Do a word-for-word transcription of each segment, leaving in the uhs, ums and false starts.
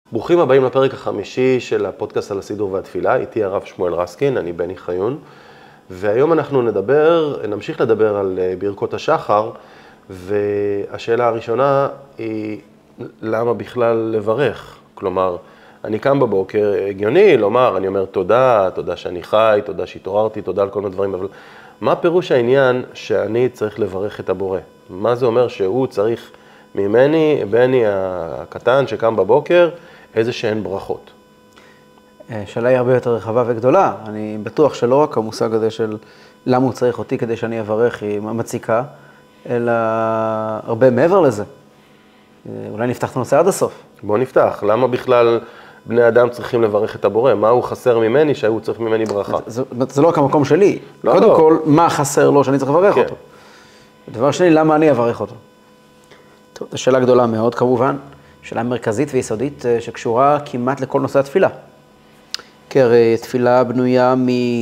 ברוכים הבאים לפרק החמישי של הפודקאסט על הסידור והתפילה, איתי הרב שמואל רסקין, אני בני חיון, והיום אנחנו נדבר, נמשיך לדבר על ברכות השחר, והשאלה הראשונה היא למה בכלל לברך? כלומר, אני קם בבוקר, הגיוני לומר, אני אומר תודה, תודה שאני חי, תודה שהתעוררתי, תודה על כל מיני דברים, אבל מה פירוש העניין שאני צריך לברך את הבורא? מה זה אומר שהוא צריך ממני, בני הקטן שקם בבוקר, איזה שהן ברכות? שאלה היא הרבה יותר רחבה וגדולה. אני בטוח שלא רק המושג הזה של למה הוא צריך אותי כדי שאני אברך היא מציקה, אלא הרבה מעבר לזה. אולי נפתח את הנושא עד הסוף. בוא נפתח. למה בכלל בני אדם צריכים לברך את הבורא? מה הוא חסר ממני שהוא צריך ממני ברכה? זה, זה לא רק המקום שלי. לא, קודם לא. כל, מה חסר לו שאני צריך לברך כן. אותו? דבר שני, למה אני אברך אותו? טוב, זו שאלה גדולה מאוד כמובן. שאלה מרכזית ויסודית שקשורה כמעט לכל נושא התפילה. כי הרי תפילה בנויה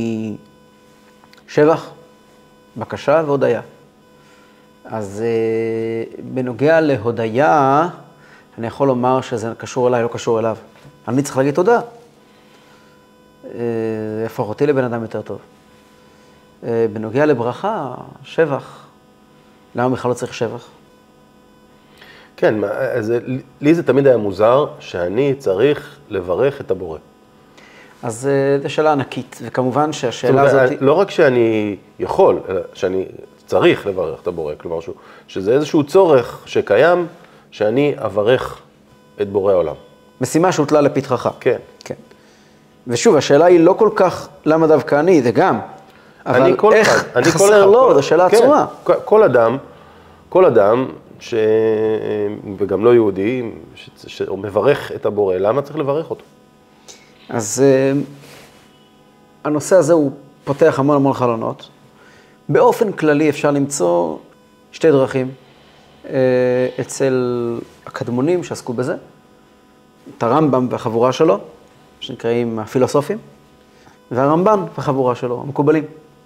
משבח, בקשה והודיה. אז בנוגע להודיה, אני יכול לומר שזה קשור אליי, לא קשור אליו. אני צריך להגיד תודה. יהפוך אותי לבן אדם יותר טוב. בנוגע לברכה, שבח. למה בכלל לא צריך שבח? כן, אז לי זה תמיד היה מוזר שאני צריך לברך את הבורא. אז זו שאלה ענקית, וכמובן שהשאלה הזאת... לא רק שאני יכול, אלא שאני צריך לברך את הבורא, כלומר שזה איזשהו צורך שקיים, שאני אברך את בורא העולם. משימה שהוטלה לפתחך. כן. כן. ושוב, השאלה היא לא כל כך למה דווקא אני, זה גם. אבל איך חסר לו, זו שאלה עצומה. כל אדם, כל אדם, ש... וגם לא יהודי, שמברך את הבורא, למה צריך לברך אותו? אז הנושא הזה הוא פותח המון המון חלונות. באופן כללי אפשר למצוא שתי דרכים אצל הקדמונים שעסקו בזה, את הרמב"ם והחבורה שלו, שנקראים הפילוסופים, והרמב"ן והחבורה שלו, המקובלים.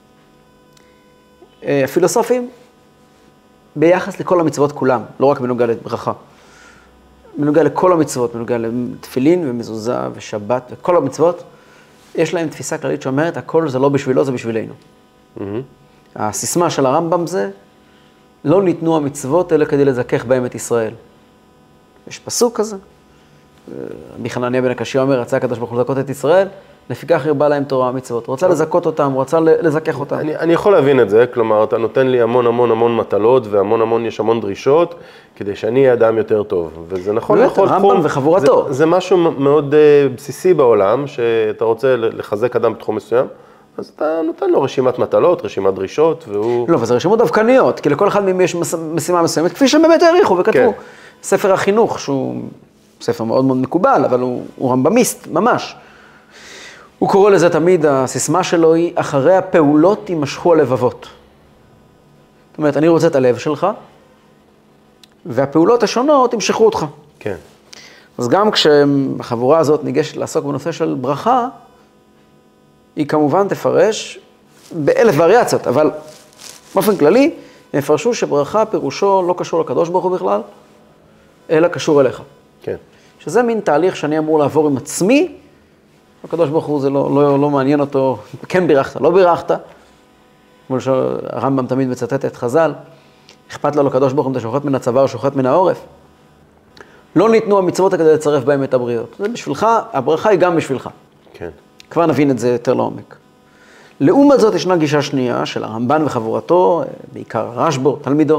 הפילוסופים, ביחס לכל המצוות כולם, לא רק בנוגע לברכה, בנוגע לכל המצוות, בנוגע לתפילין ומזוזה ושבת וכל המצוות, יש להם תפיסה כללית שאומרת, הכל זה לא בשבילו, זה בשבילנו. Mm-hmm. הסיסמה של הרמב"ם זה, לא ניתנו המצוות אלא כדי לזכך בהם את ישראל. יש פסוק כזה, רבי חנניה בן הקשיא אומר, רצה הקדוש ברוך הוא לזכות את ישראל, לפיכך הרבה להם תורה המצוות. הוא רצה לזכות אותם, הוא רצה לזכך אותם. אני, אני יכול להבין את זה, כלומר, אתה נותן לי המון המון המון מטלות, והמון המון, יש המון דרישות, כדי שאני אהיה אדם יותר טוב. וזה נכון לכל תחום. רמב"ם וחבורתו. זה, זה משהו מאוד uh, בסיסי בעולם, שאתה רוצה לחזק אדם בתחום מסוים, אז אתה נותן לו רשימת מטלות, רשימת דרישות, והוא... לא, וזה רשימות דווקניות, כי לכל אחד מהם יש משימה מסוימת, כפי שהם באמת העריכו וכתבו. כן. ספר החינוך, שהוא ספר מאוד מאוד מקובל, אבל הוא, הוא רמב"מיסט, ממש. הוא קורא לזה תמיד, הסיסמה שלו היא, אחרי הפעולות יימשכו הלבבות. זאת אומרת, אני רוצה את הלב שלך, והפעולות השונות ימשכו אותך. כן. אז גם כשהחבורה הזאת ניגשת לעסוק בנושא של ברכה, היא כמובן תפרש באלף וריאציות, אבל באופן כללי, הם יפרשו שברכה פירושו לא קשור לקדוש ברוך הוא בכלל, אלא קשור אליך. כן. שזה מין תהליך שאני אמור לעבור עם עצמי, הקדוש ברוך הוא זה לא, לא, לא מעניין אותו, כן בירכת, לא בירכת. כמו שהרמב"ם תמיד מצטט את חז"ל, אכפת לו לקדוש ברוך הוא אם אתה שוחט מן הצוואר או שוחט מן העורף. לא ניתנו המצוות כדי לצרף בהם את הבריות. זה בשבילך, הברכה היא גם בשבילך. כן. כבר נבין את זה יותר לעומק. לעומת זאת ישנה גישה שנייה של הרמב"ן וחבורתו, בעיקר רשב"א, תלמידו,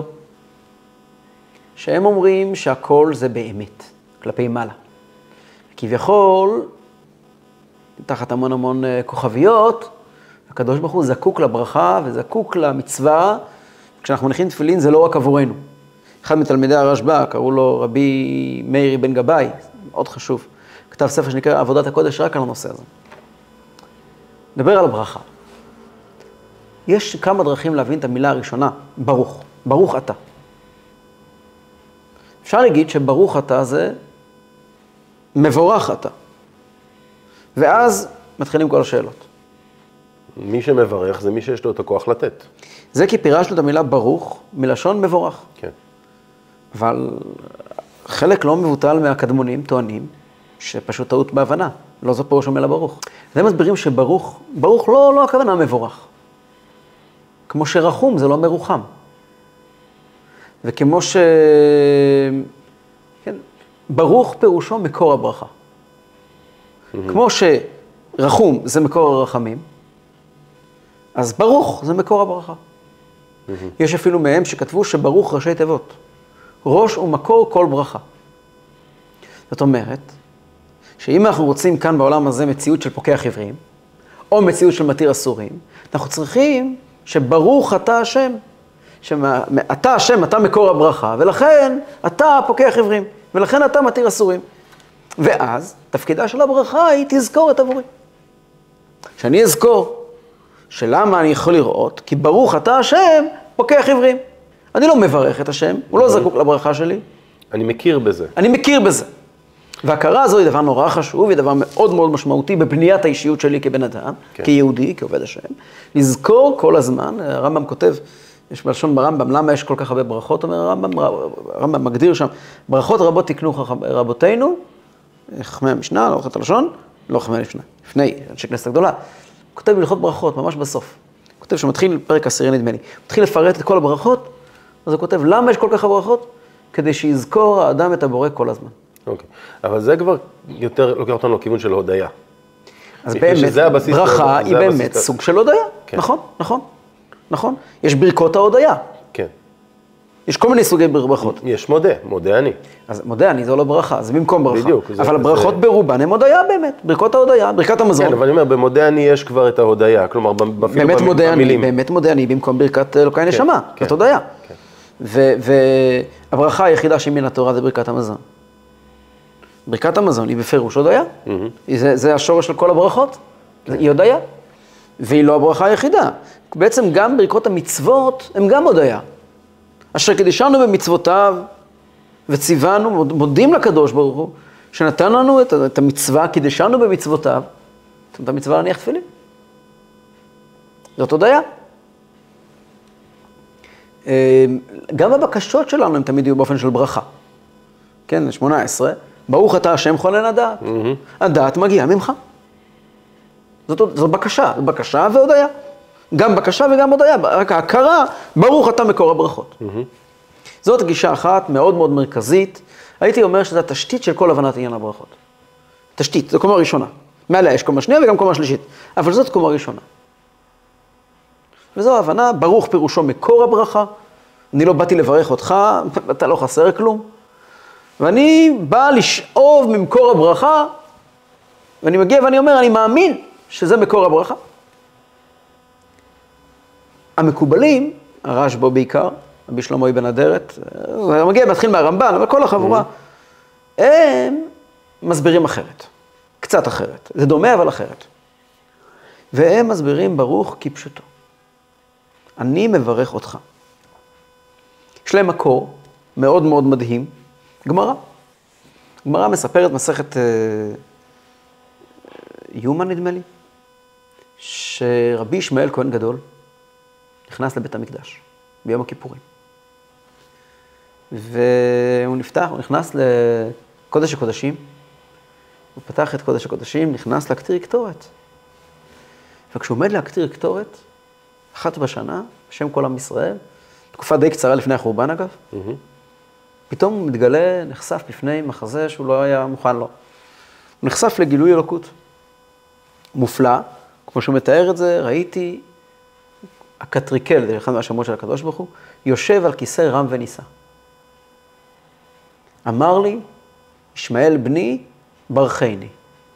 שהם אומרים שהכל זה באמת, כלפי מעלה. כביכול, תחת המון המון כוכביות, הקדוש ברוך הוא זקוק לברכה וזקוק למצווה. כשאנחנו מניחים תפילין זה לא רק עבורנו. אחד מתלמידי הרשב"א, קראו לו רבי מאיר בן גבאי, מאוד חשוב, כתב ספר שנקרא עבודת הקודש רק על הנושא הזה. נדבר על הברכה. יש כמה דרכים להבין את המילה הראשונה, ברוך. ברוך אתה. אפשר להגיד שברוך אתה זה מבורך אתה. ואז מתחילים כל השאלות. מי שמברך זה מי שיש לו את הכוח לתת. זה כי פירשנו את המילה ברוך מלשון מבורך. כן. אבל חלק לא מבוטל מהקדמונים טוענים שפשוט טעות בהבנה, לא זו פירוש המילה ברוך. והם מסבירים שברוך, ברוך לא, לא הכוונה מבורך. כמו שרחום זה לא מרוחם. וכמו ש... כן, ברוך פירושו מקור הברכה. Mm-hmm. כמו שרחום זה מקור הרחמים, אז ברוך זה מקור הברכה. Mm-hmm. יש אפילו מהם שכתבו שברוך ראשי תיבות. ראש ומקור כל ברכה. זאת אומרת, שאם אנחנו רוצים כאן בעולם הזה מציאות של פוקח עברים, או מציאות של מתיר אסורים, אנחנו צריכים שברוך אתה השם. שאתה השם, אתה מקור הברכה, ולכן אתה פוקח עברים, ולכן אתה מתיר אסורים. ואז, תפקידה של הברכה היא תזכור את עבורי. שאני אזכור שלמה אני יכול לראות, כי ברוך אתה השם פוקח עברים. אני לא מברך את השם, הוא לא זקוק לברכה שלי. אני מכיר בזה. אני מכיר בזה. וההכרה הזו היא דבר נורא חשוב, היא דבר מאוד מאוד משמעותי בבניית האישיות שלי כבן אדם, כן. כיהודי, כעובד השם. לזכור כל הזמן, הרמב"ם כותב, יש בלשון ברמב"ם, למה יש כל כך הרבה ברכות? אומר הרמב"ם, הרמב"ם מגדיר שם, ברכות רבות תקנו רבותינו, חכמי המשנה, לא חכמי הלשון, לא חכמי המשנה, לפני אנשי כנסת הגדולה. הוא כותב בהלכות ברכות, ממש בסוף. הוא כותב שמתחיל פרק עשירי נדמה לי, הוא מתחיל לפרט את כל הברכות, אז הוא כותב, למה יש כל כך הרבה ברכות? כדי שיזכור האדם את הבורא כל הזמן. אוקיי, אבל זה כבר יותר לוקח אותנו לכיוון של הודיה. אז באמת, ברכה היא באמת סוג של הודיה, נכון, נכון, נכון. יש ברכות ההודיה. כן. יש כל מיני סוגי ברכות. יש מודה, מודה אני. אז מודה אני זה לא ברכה, זה במקום ברכה. בדיוק. אבל הברכות ברובן הן הודיה באמת, ברכות ההודיה, ברכת המזון. כן, אבל אני אומר, במודה אני יש כבר את ההודיה, כלומר, באמת מודה אני, באמת מודה אני, במקום ברכת אלוקי נשמה, זאת הודיה. והברכה היחידה שמן התורה זה ברכת המזון. ברכת המזון היא בפירוש הודיה, זה, זה השורש של כל הברכות, היא הודיה, והיא לא הברכה היחידה. בעצם גם ברכות המצוות הם גם הודיה. אשר קדישנו במצוותיו וציוונו, מודים לקדוש ברוך הוא, שנתן לנו את, את המצווה, קדישנו במצוותיו, את המצווה להניח תפילין. זאת הודיה. גם הבקשות שלנו הם תמיד יהיו באופן של ברכה. כן, שמונה עשרה. ברוך אתה השם חונן הדעת. Mm-hmm. הדעת מגיעה ממך. זאת, זאת בקשה, בקשה והודיה. גם בקשה וגם הודיה, רק ההכרה, ברוך אתה מקור הברכות. Mm-hmm. זאת גישה אחת מאוד מאוד מרכזית. הייתי אומר שזו התשתית של כל הבנת עניין הברכות. תשתית, זו קומה ראשונה. מעליה יש קומה שנייה וגם קומה שלישית. אבל זאת קומה ראשונה. וזו ההבנה, ברוך פירושו מקור הברכה. אני לא באתי לברך אותך, אתה לא חסר כלום. ואני בא לשאוב ממקור הברכה, ואני מגיע ואני אומר, אני מאמין שזה מקור הברכה. המקובלים, הרשב"א בעיקר, רבי שלמה אבן אדרת, הוא מגיע, מתחיל מהרמב"ן, אבל כל החבורה, הם מסבירים אחרת, קצת אחרת. זה דומה אבל אחרת. והם מסבירים ברוך כפשוטו. אני מברך אותך. יש להם מקור מאוד מאוד מדהים, גמרא. גמרא מספרת מסכת יומא נדמה לי, שרבי ישמעאל כהן גדול נכנס לבית המקדש ביום הכיפורים. והוא נפתח, הוא נכנס לקודש הקודשים, הוא פתח את קודש הקודשים, נכנס להקטיר קטורת. וכשהוא עומד להקטיר קטורת, אחת בשנה, בשם כל עם ישראל, תקופה די קצרה לפני החורבן אגב, mm-hmm. פתאום הוא מתגלה, נחשף בפני מחזה שהוא לא היה מוכן לו. הוא נחשף לגילוי אלוקות. מופלא, כמו שהוא מתאר את זה, ראיתי הקטריקל, זה אחד מהשמות של הקדוש ברוך הוא, יושב על כיסא רם ונישא. אמר לי, ישמעאל בני, ברכני.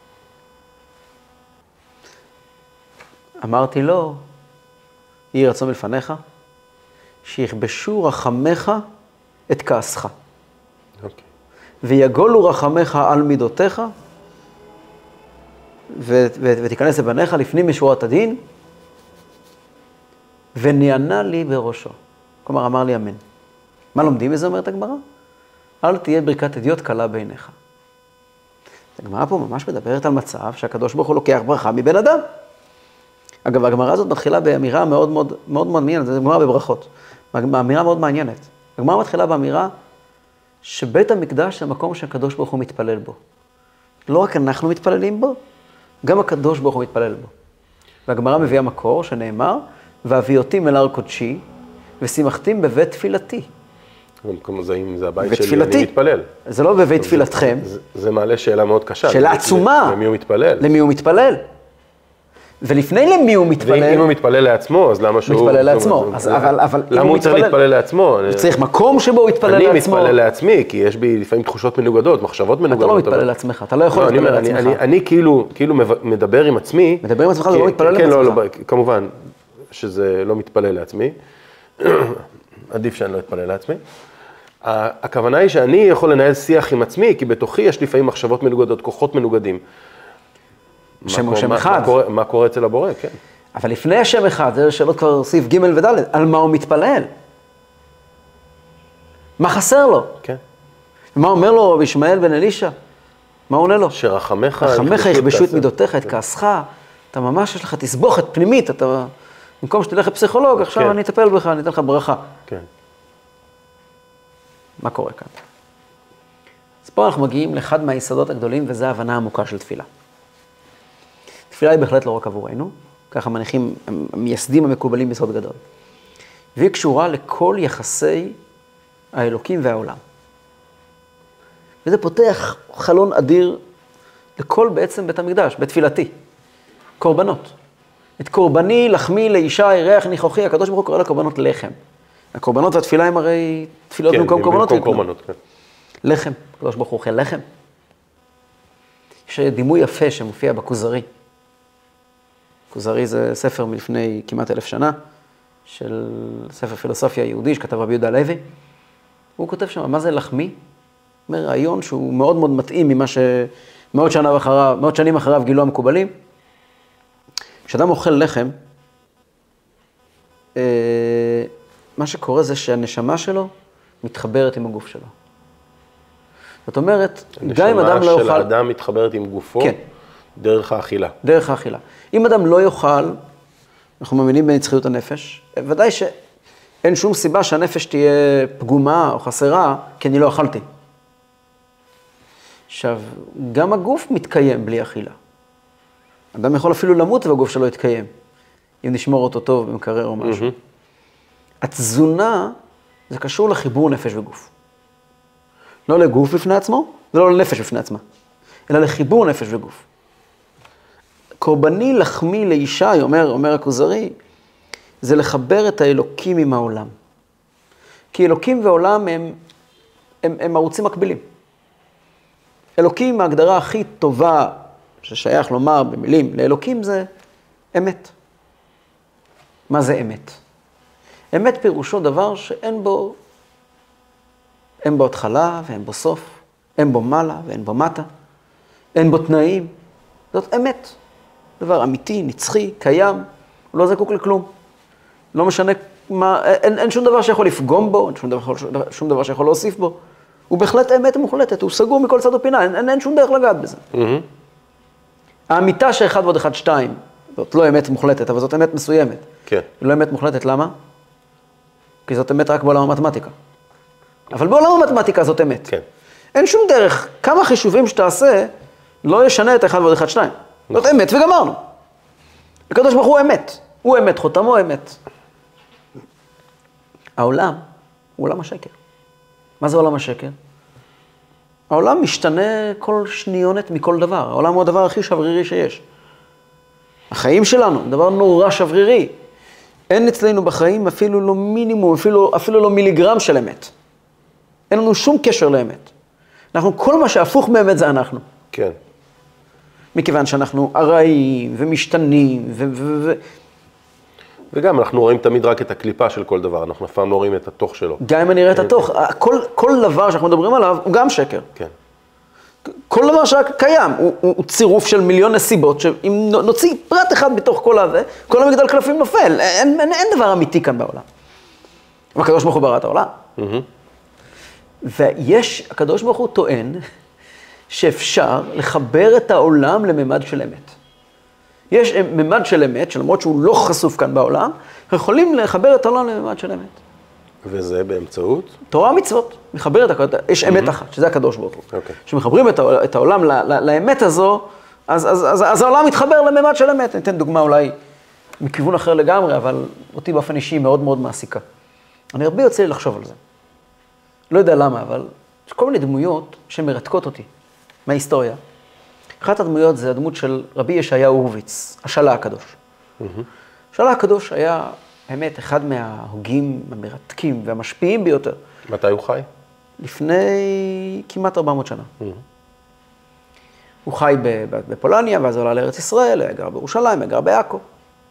אמרתי לו, יהי רצון מלפניך, שיכבשו רחמך את כעסך. Okay. ויגולו רחמך על מידותיך, ו- ו- ותיכנס לבניך לפנים משורת הדין, ונענה לי בראשו. כלומר, אמר לי אמן. מה לומדים מזה, אומרת הגמרא? אל תהיה ברכת הדיוט קלה בעיניך. הגמרא פה ממש מדברת על מצב שהקדוש ברוך הוא לוקח ברכה מבן אדם. אגב, הגמרא הזאת מתחילה באמירה מאוד מאוד מאוד מעניינת, זה גמרא בברכות. אמירה מאוד מעניינת. הגמרא מתחילה באמירה שבית המקדש זה מקום שהקדוש ברוך הוא מתפלל בו. לא רק אנחנו מתפללים בו, גם הקדוש ברוך הוא מתפלל בו. והגמרא מביאה מקור שנאמר, והביאותים אל הר קודשי, ושימחתים בבית תפילתי. זה, אם זה הבית שלי, אני מתפלל. זה לא בבית תפילתכם. זה, זה מעלה שאלה מאוד קשה. שאלה עצומה. למי הוא מתפלל? למי הוא מתפלל. ולפני למי הוא מתפלל... ואם הוא מתפלל לעצמו, אז למה שהוא... מתפלל לעצמו. אז, אבל, אבל למה הוא צריך להתפלל לעצמו? הוא צריך מקום שבו הוא יתפלל לעצמו. אני מתפלל לעצמי, כי יש בי לפעמים תחושות מנוגדות, מחשבות מנוגדות. אתה לא מתפלל לעצמך, אתה לא יכול להתפלל לעצמך. אני, אני כאילו, כאילו מדבר עם עצמי. מדבר עם עצמך, זה לא מתפלל לעצמך. כן, לא, לא, כמובן שזה לא מתפלל לעצמי. עדיף שאני לא אתפלל לעצמי. הכוונה היא שאני יכול לנהל שיח עם עצמי, כי בתוכי יש לפעמים מחשבות מנוגדות, כוחות מנוגדים. שם, שם אחד. מה קורה, מה קורה אצל הבורא, כן. אבל לפני השם אחד, זה שאלות כבר סעיף ג' וד', על מה הוא מתפלל? מה חסר לו? כן. מה אומר לו בישמעאל בן אלישע? מה עונה לו? שרחמך רחמך יכבשו את מידותיך, את כעסך, אתה ממש יש לך תסבוכת פנימית, אתה, במקום שתלך לפסיכולוג, עכשיו כן. אני אטפל בך, אני אתן לך ברכה. כן. מה קורה כאן? אז פה אנחנו מגיעים לאחד מהיסודות הגדולים, וזה ההבנה העמוקה של תפילה. תפילה היא בהחלט לא רק עבורנו, ככה מניחים המייסדים המקובלים בסוד גדול. והיא קשורה לכל יחסי האלוקים והעולם. וזה פותח חלון אדיר לכל בעצם בית המקדש, בתפילתי. קורבנות. את קורבני, לחמי, לאישה, ריח, ניחוחי, הקדוש ברוך הוא קורא לקורבנות לחם. הקורבנות והתפילה הם הרי תפילות כן, במקום קורבנות. במקום קורבנות, כן. לחם, הקדוש ברוך הוא אוכל לחם. יש דימוי יפה שמופיע בכוזרי. כוזרי זה ספר מלפני כמעט אלף שנה, של ספר פילוסופיה יהודי שכתב רבי יהודה הלוי. הוא כותב שם, מה זה לחמי? אומר, רעיון שהוא מאוד מאוד מתאים ממה שמאות שנה אחריו, מאות שנים אחריו גילו המקובלים. כשאדם אוכל לחם, מה שקורה זה שהנשמה שלו מתחברת עם הגוף שלו. זאת אומרת, גם אם אדם לא יאכל... הנשמה של האדם מתחברת עם גופו, כן. דרך האכילה. דרך האכילה. אם אדם לא יאכל, אנחנו מאמינים בנצחיות הנפש, ודאי שאין שום סיבה שהנפש תהיה פגומה או חסרה, כי אני לא אכלתי. עכשיו, גם הגוף מתקיים בלי אכילה. אדם יכול אפילו למות והגוף שלו יתקיים, אם נשמור אותו טוב במקרר או משהו. Mm-hmm. התזונה זה קשור לחיבור נפש וגוף. לא לגוף בפני עצמו, ולא לנפש בפני עצמה, אלא לחיבור נפש וגוף. קורבני לחמי לאישה, אומר, אומר הכוזרי, זה לחבר את האלוקים עם העולם. כי אלוקים ועולם הם, הם, הם ערוצים מקבילים. אלוקים, ההגדרה הכי טובה ששייך לומר במילים לאלוקים זה אמת. מה זה אמת? אמת פירושו דבר שאין בו, אין בו התחלה ואין בו סוף, אין בו מעלה ואין בו מטה, אין בו תנאים. זאת אמת. דבר אמיתי, נצחי, קיים, הוא לא זקוק לכלום. לא משנה מה, אין, אין שום דבר שיכול לפגום בו, אין שום דבר, שום דבר שיכול להוסיף בו. הוא בהחלט אמת מוחלטת, הוא סגור מכל צד ופינה, אין, אין, אין שום דרך לגעת בזה. Mm-hmm. האמיתה שאחד ועוד אחד שתיים, זאת לא אמת מוחלטת, אבל זאת אמת מסוימת. כן. היא לא אמת מוחלטת, למה? כי זאת אמת רק בעולם המתמטיקה. אבל בעולם המתמטיקה זאת אמת. כן. אין שום דרך, כמה חישובים שתעשה, לא ישנה את אחד ועוד אחד שתיים. זאת אמת וגמרנו. הקדוש ברוך הוא אמת. הוא אמת, חותמו אמת. העולם הוא עולם השקר. מה זה עולם השקר? העולם משתנה כל שניונת מכל דבר. העולם הוא הדבר הכי שברירי שיש. החיים שלנו, דבר נורא שברירי. אין אצלנו בחיים אפילו לא מינימום, אפילו, אפילו לא מיליגרם של אמת. אין לנו שום קשר לאמת. אנחנו, כל מה שהפוך מאמת זה אנחנו. כן. מכיוון שאנחנו ארעיים ומשתנים ו... ו, ו וגם אנחנו רואים תמיד רק את הקליפה של כל דבר, אנחנו אף פעם לא רואים את התוך שלו. גם אם אני רואה את התוך, כל, כל דבר שאנחנו מדברים עליו הוא גם שקר. כן. כל דבר שקיים הוא, הוא, הוא צירוף של מיליון נסיבות, שאם נוציא פרט אחד בתוך כל הזה, כל המגדל קלפים נופל, אין, אין, אין דבר אמיתי כאן בעולם. והקדוש ברוך הוא ברא את העולם. Mm-hmm. ויש, הקדוש ברוך הוא טוען, שאפשר לחבר את העולם לממד של אמת. יש ממד של אמת, שלמרות שהוא לא חשוף כאן בעולם, יכולים לחבר את העולם לממד של אמת. וזה באמצעות? תורה מצוות, מחבר את הקדוש, יש אמת אחת, שזה הקדוש ברוך הוא. אוקיי. כשמחברים את העולם לאמת הזו, אז, אז, אז, אז העולם מתחבר לממד של אמת. אני אתן דוגמה אולי מכיוון אחר לגמרי, אבל אותי באופן אישי מאוד מאוד מעסיקה. אני הרבה יוצא לי לחשוב על זה. לא יודע למה, אבל יש כל מיני דמויות שמרתקות אותי מההיסטוריה. אחת הדמויות זה הדמות של רבי ישעיהו הורוביץ, השאלה הקדוש. Mm-hmm. השאלה הקדוש היה באמת אחד מההוגים המרתקים והמשפיעים ביותר. מתי הוא חי? לפני כמעט ארבע מאות שנה. Mm-hmm. הוא חי בפולניה, ואז הוא עלה לארץ ישראל, היה גר בירושלים, היה גר בעכו.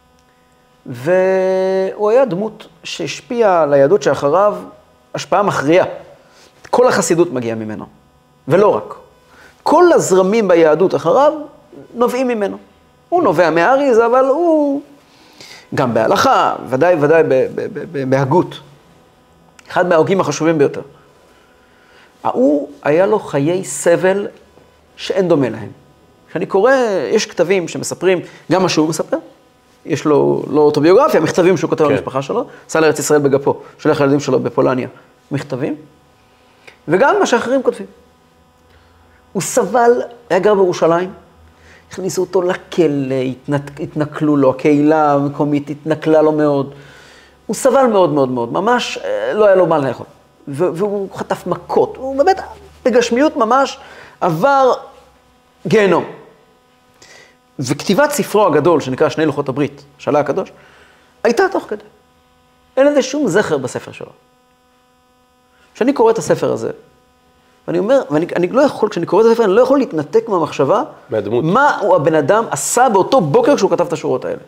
והוא היה דמות שהשפיעה על היהדות שאחריו השפעה מכריעה. כל החסידות מגיעה ממנו, ולא רק. כל הזרמים ביהדות אחריו נובעים ממנו. הוא נובע מהאריז, אבל הוא גם בהלכה, ודאי ודאי בהגות. אחד מההוגים החשובים ביותר. הוא היה לו חיי סבל שאין דומה להם. כשאני קורא, יש כתבים שמספרים, גם מה שהוא מספר, יש לו לא אוטוביוגרפיה, מכתבים שהוא כותב כן. למשפחה שלו, סע לארץ ישראל בגפו, שולח לילדים שלו בפולניה, מכתבים, וגם מה שאחרים כותבים. הוא סבל, היה גר בירושלים, הכניסו אותו לכלא, התנק, התנכלו לו, הקהילה המקומית התנכלה לו מאוד. הוא סבל מאוד מאוד מאוד, ממש לא היה לו מה לאכול. והוא חטף מכות, הוא באמת בגשמיות ממש עבר גיהנום. וכתיבת ספרו הגדול, שנקרא שני לוחות הברית, שאלה הקדוש, הייתה תוך כדי. אין לזה שום זכר בספר שלו. כשאני קורא את הספר הזה, ואני אומר, ואני אני לא יכול, כשאני קורא את הספר, אני לא יכול להתנתק מהמחשבה, מהדמות. מה הוא הבן אדם עשה באותו בוקר כשהוא כתב את השורות האלה.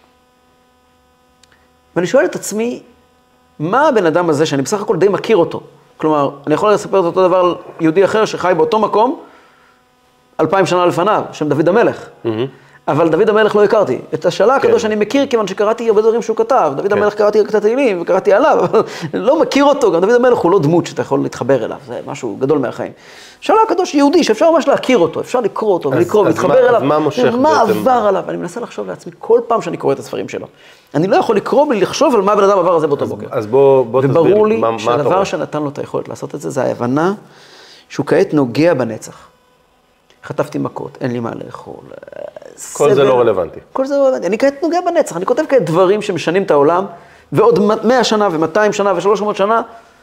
ואני שואל את עצמי, מה הבן אדם הזה, שאני בסך הכל די מכיר אותו? כלומר, אני יכול לספר את אותו דבר על יהודי אחר שחי באותו מקום, אלפיים שנה לפניו, שם דוד המלך. Mm-hmm. אבל דוד המלך לא הכרתי. את השאלה הקדוש כן. אני מכיר, כיוון שקראתי הרבה דברים שהוא כתב. דוד כן. המלך קראתי רק את התהילים וקראתי עליו, אבל לא מכיר אותו. גם דוד המלך הוא לא דמות שאתה יכול להתחבר אליו. זה משהו גדול מהחיים. שאלה הקדוש יהודי, שאפשר ממש להכיר אותו, אפשר לקרוא אותו ולקרוא ולהתחבר אליו. אז מה מושך בעצם? מה עבר עליו? אני מנסה לחשוב לעצמי כל פעם שאני קורא את הספרים שלו. אני לא יכול לקרוא בלי לחשוב על מה הבן אדם עבר הזה באותו בוקר. אז בוא, בוא תסביר. וברור לי שהדבר שנתן לו את היכולת לעשות את זה, זה ההבנה שהוא כעת נוגע בנצח. חטפתי מכות, אין לי מה לאכול. כל זה לא רלוונטי. כל זה לא רלוונטי. אני כעת נוגע בנצח, אני כותב כעת דברים שמשנים את העולם, ועוד מאה שנה ומאתיים שנה ושלוש מאות שנה,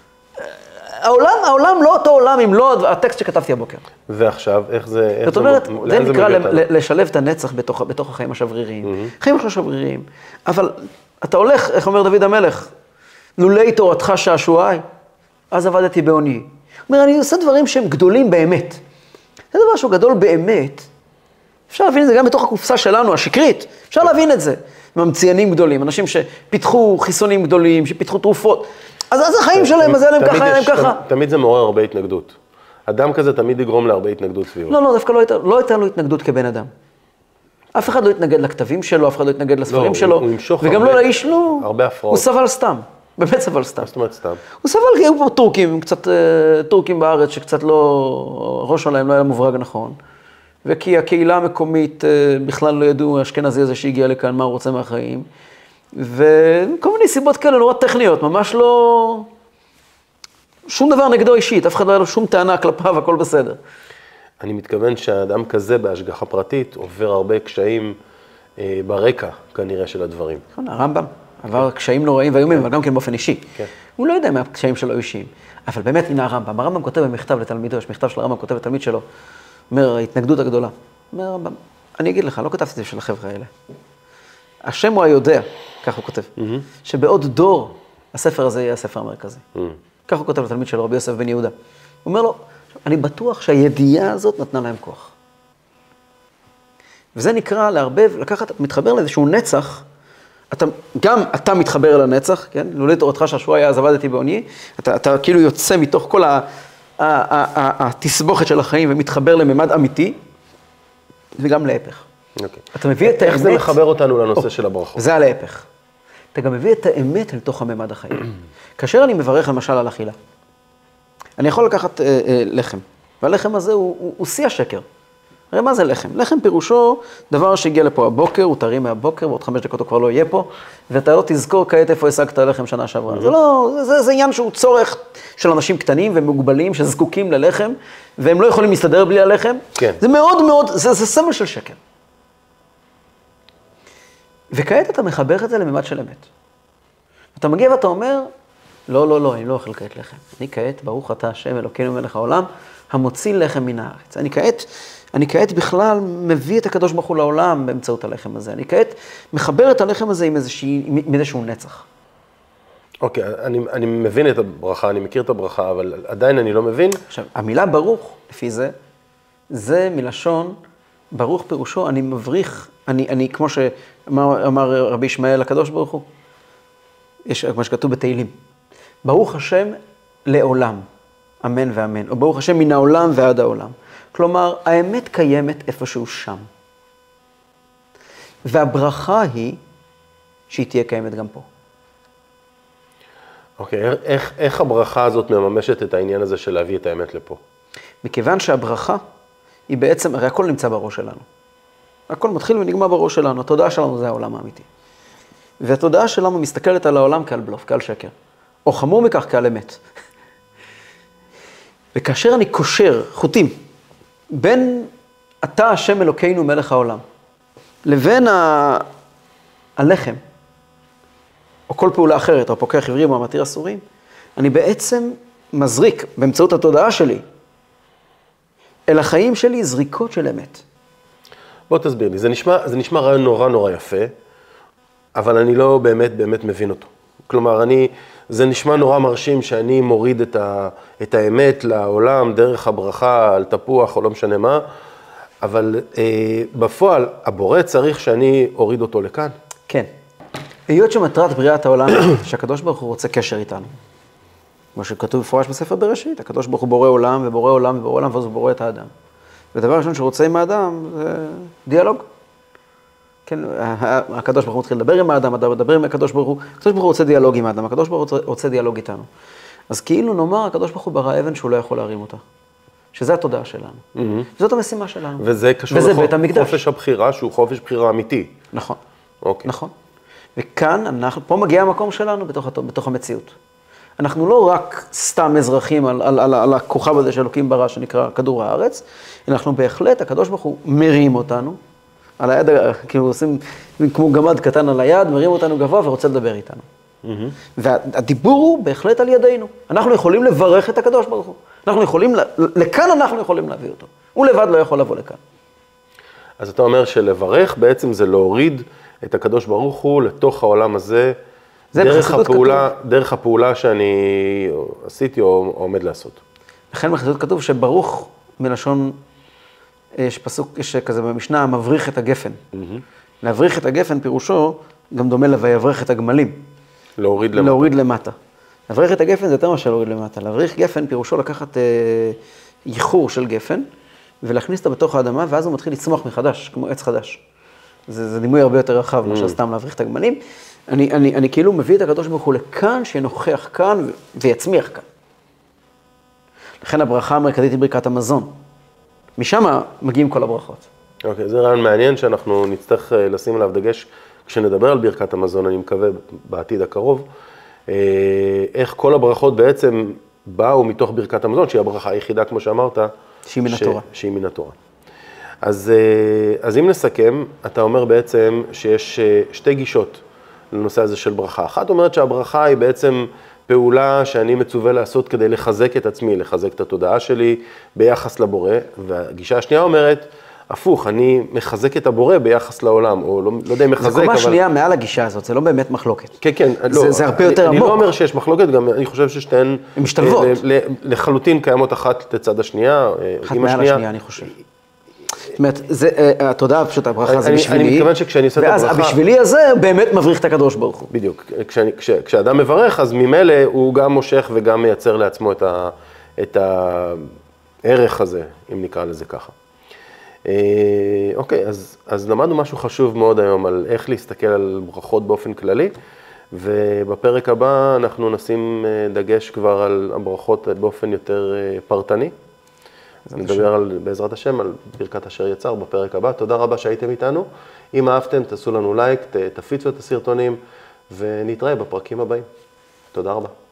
העולם, העולם לא אותו עולם אם לא הטקסט שכתבתי הבוקר. ועכשיו, איך זה... זאת אומרת, זה נקרא לשלב את הנצח בתוך החיים השבריריים. חיים השבריריים. אבל אתה הולך, איך אומר דוד המלך, לולי תורתך שעשועי, אז עבדתי בעוני. הוא אומר, אני עושה דברים שהם גדולים באמת. זה דבר שהוא גדול באמת. אפשר להבין את זה גם בתוך הקופסה שלנו, השקרית. אפשר להבין את זה. ממציאנים גדולים, אנשים שפיתחו חיסונים גדולים, שפיתחו תרופות. אז אז החיים שלהם, אז היה להם ככה, היה להם ככה. תמיד זה מעורר הרבה התנגדות. אדם כזה תמיד יגרום להרבה התנגדות סביבו. לא, לא, דווקא לא הייתה לו התנגדות כבן אדם. אף אחד לא התנגד לכתבים שלו, אף אחד לא התנגד לספרים שלו. וגם לא לאיש, לא. הרבה הפרעות. הוא סבל סתם. באמת סבל סתם. זאת אומרת סתם. הוא סבל כי היו פה טורקים, קצת טורקים בארץ, שקצת לא, ראש שלהם לא היה מוברג נכון. וכי הקהילה המקומית בכלל לא ידעו, האשכנזי הזה שהגיע לכאן, מה הוא רוצה מהחיים. וכל מיני סיבות כאלה נורא טכניות, ממש לא... שום דבר נגדו אישית, אף אחד לא היה לו שום טענה כלפיו, הכל בסדר. אני מתכוון שהאדם כזה בהשגחה פרטית עובר הרבה קשיים אה, ברקע, כנראה, של הדברים. נכון, הרמב"ם עבר קשיים נוראים ואיומים, אבל גם כן באופן אישי. כן. הוא לא יודע מה הקשיים שלו אישיים, אבל באמת הנה הרמב"ם. הרמב"ם כותב במכתב לתלמידו, יש מכתב של הרמב"ם כותב לתלמיד שלו, אומר, ההתנגדות הגדולה. אומר הרמב"ם, אני אגיד לך, לא כתבתי את זה של החבר'ה האלה. השם הוא היודע, כך הוא כותב, mm-hmm. שבעוד דור הספר הזה יהיה הספר המרכזי. Mm-hmm. כך הוא כותב לתלמיד שלו, רבי יוסף בן יהודה. הוא אומר לו, אני בטוח שהידיעה הזאת נתנה להם כוח. וזה נקרא לערבב, לקחת, מתחבר לאיזשהו נצח, אתה, גם אתה מתחבר אל הנצח, כן? לולי תורתך שעשועי אז עבדתי בעוני, אתה, אתה כאילו יוצא מתוך כל ה, ה, ה, ה, התסבוכת של החיים ומתחבר לממד אמיתי, וגם להפך. Okay. אתה מביא את האמת... איך זה מחבר אותנו לנושא oh, של הברכות? זה להפך. אתה גם מביא את האמת לתוך הממד החיים. כאשר אני מברך למשל על אכילה, אני יכול לקחת אה, אה, לחם, והלחם הזה הוא, הוא, הוא שיא השקר. הרי מה זה לחם? לחם פירושו דבר שהגיע לפה הבוקר, הוא טרי מהבוקר, ועוד חמש דקות הוא כבר לא יהיה פה, ואתה לא תזכור כעת איפה השגת לחם שנה שעברה. Mm-hmm. זה לא, זה, זה עניין שהוא צורך של אנשים קטנים ומוגבלים שזקוקים ללחם, והם לא יכולים להסתדר בלי הלחם. כן. זה מאוד מאוד, זה, זה סמל של שקר. וכעת אתה מחבר את זה לממד של אמת. אתה מגיע ואתה אומר, לא, לא, לא, אני לא אוכל כעת לחם. אני כעת, ברוך אתה השם אלוקינו מלך העולם, המוציא לחם מן הארץ. אני כעת, אני כעת בכלל מביא את הקדוש ברוך הוא לעולם באמצעות הלחם הזה. אני כעת מחבר את הלחם הזה עם איזושהי, עם איזשהו נצח. אוקיי, אני, אני מבין את הברכה, אני מכיר את הברכה, אבל עדיין אני לא מבין. עכשיו, המילה ברוך, לפי זה, זה מלשון, ברוך פירושו, אני מבריך, אני, אני כמו שאמר אמר רבי ישמעאל הקדוש ברוך הוא, יש מה שכתוב בתהילים, ברוך השם לעולם, אמן ואמן, או ברוך השם מן העולם ועד העולם. כלומר, האמת קיימת איפשהו שם. והברכה היא שהיא תהיה קיימת גם פה. אוקיי, איך, איך הברכה הזאת מממשת את העניין הזה של להביא את האמת לפה? מכיוון שהברכה היא בעצם, הרי הכל נמצא בראש שלנו. הכל מתחיל ונגמר בראש שלנו, התודעה שלנו זה העולם האמיתי. והתודעה שלנו מסתכלת על העולם כעל בלוף, כעל שקר. או חמור מכך כעל אמת. וכאשר אני קושר חוטים בין אתה השם אלוקינו מלך העולם, לבין ה... הלחם, או כל פעולה אחרת, או פוקח עברים או המתיר אסורים, אני בעצם מזריק באמצעות התודעה שלי, אל החיים שלי זריקות של אמת. בוא תסביר לי, זה נשמע, זה נשמע רעיון נורא נורא יפה, אבל אני לא באמת באמת מבין אותו. כלומר, אני, זה נשמע נורא מרשים שאני מוריד את, ה, את האמת לעולם דרך הברכה על תפוח או לא משנה מה, אבל אה, בפועל הבורא צריך שאני אוריד אותו לכאן. כן. היות שמטרת בריאת העולם, שהקדוש ברוך הוא רוצה קשר איתנו. כמו שכתוב בפורש בספר בראשית, הקדוש ברוך הוא בורא עולם ובורא עולם ובורא עולם, ואז הוא בורא את האדם. ודבר ראשון שהוא רוצה עם האדם זה דיאלוג. כן, הקדוש ברוך הוא מתחיל לדבר עם האדם, האדם מדבר עם הקדוש ברוך הוא, הקדוש ברוך הוא רוצה דיאלוג עם האדם, הקדוש ברוך הוא רוצה דיאלוג איתנו. אז כאילו נאמר, הקדוש ברוך הוא ברא אבן שהוא לא יכול להרים אותה. שזה התודעה שלנו. Mm-hmm. וזאת המשימה שלנו. וזה קשור לחופש הבחירה, שהוא חופש בחירה אמיתי. נכון. אוקיי. נכון. וכאן, אנחנו, פה מגיע המקום שלנו בתוך, בתוך המציאות. אנחנו לא רק סתם אזרחים על, על, על, על הכוכב הזה שאלוקים ברא, שנקרא כדור הארץ, אנחנו בהחלט, הקדוש ברוך הוא מרים אותנו, על היד, כאילו עושים כמו גמד קטן על היד, מרים אותנו גבוה ורוצה לדבר איתנו. Mm-hmm. והדיבור הוא בהחלט על ידינו. אנחנו יכולים לברך את הקדוש ברוך הוא. אנחנו יכולים, לכאן אנחנו יכולים להביא אותו. הוא לבד לא יכול לבוא לכאן. אז אתה אומר שלברך בעצם זה להוריד את הקדוש ברוך הוא לתוך העולם הזה, דרך הפעולה, דרך הפעולה שאני עשיתי או עומד לעשות. לכן בחסידות כתוב שברוך מלשון, יש פסוק, יש כזה במשנה, מבריך את הגפן. Mm-hmm. להבריך את הגפן פירושו גם דומה ל"ויברך את הגמלים". להוריד למטה. להוריד למטה. להבריך את הגפן זה יותר מאשר להוריד למטה. להבריך גפן פירושו לקחת אה, ייחור של גפן, ולהכניס אותה בתוך האדמה, ואז הוא מתחיל לצמוח מחדש, כמו עץ חדש. זה, זה דימוי הרבה יותר רחב, מאשר mm. סתם להבריך את הגמלים. אני, אני, אני כאילו מביא את הקדוש ברוך הוא לכאן, שנוכח כאן ו- ויצמיח כאן. לכן הברכה המרכזית היא ברכת המזון. משם מגיעים כל הברכות. אוקיי, זה רעיון מעניין שאנחנו נצטרך לשים עליו דגש כשנדבר על ברכת המזון, אני מקווה בעתיד הקרוב, איך כל הברכות בעצם באו מתוך ברכת המזון, שהיא הברכה היחידה, כמו שאמרת, שהיא מן התורה. ש... שהיא מן התורה. אז, אז אם נסכם, אתה אומר בעצם שיש שתי גישות לנושא הזה של ברכה. אחת אומרת שהברכה היא בעצם פעולה שאני מצווה לעשות כדי לחזק את עצמי, לחזק את התודעה שלי ביחס לבורא, והגישה השנייה אומרת, הפוך, אני מחזק את הבורא ביחס לעולם, או לא, לא יודע אם מחזק, אבל... זה קומה שנייה מעל הגישה הזאת, זה לא באמת מחלוקת. כן, כן. זה, לא, זה הרבה יותר אני, עמוק. אני לא אומר שיש מחלוקת, גם אני חושב ששתיהן... הן משתלבות. לחלוטין קיימות אחת לצד השנייה, אחת מעל השנייה, השנייה, אני חושר. זאת אומרת, זה, התודעה פשוט, הברכה זה בשבילי. אני מתכוון שכשאני עושה את הברכה... ואז הבשבילי הזה באמת מבריך את הקדוש ברוך הוא. בדיוק. כשאני, כש, כשאדם מברך, אז ממילא הוא גם מושך וגם מייצר לעצמו את ה, את הערך הזה, אם נקרא לזה ככה. אוקיי, אז, אז למדנו משהו חשוב מאוד היום על איך להסתכל על ברכות באופן כללי, ובפרק הבא אנחנו נשים דגש כבר על הברכות באופן יותר פרטני. נדבר על, בעזרת השם על ברכת אשר יצר בפרק הבא. תודה רבה שהייתם איתנו. אם אהבתם, תעשו לנו לייק, תפיצו את הסרטונים, ונתראה בפרקים הבאים. תודה רבה.